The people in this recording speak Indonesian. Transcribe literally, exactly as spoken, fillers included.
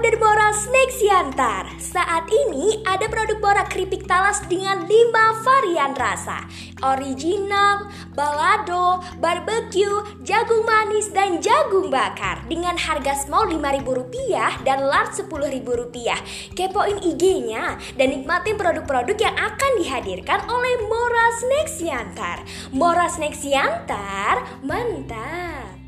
order Bora Snack Siantar. Saat ini ada produk Bora keripik talas dengan lima varian rasa. Original, balado, barbecue, jagung manis, dan jagung bakar. Dengan harga small lima ribu rupiah dan large sepuluh ribu rupiah. Kepoin I G-nya dan nikmatin produk-produk yang akan dihadirkan oleh Bora Snack Siantar. Bora Snack Siantar, mantap!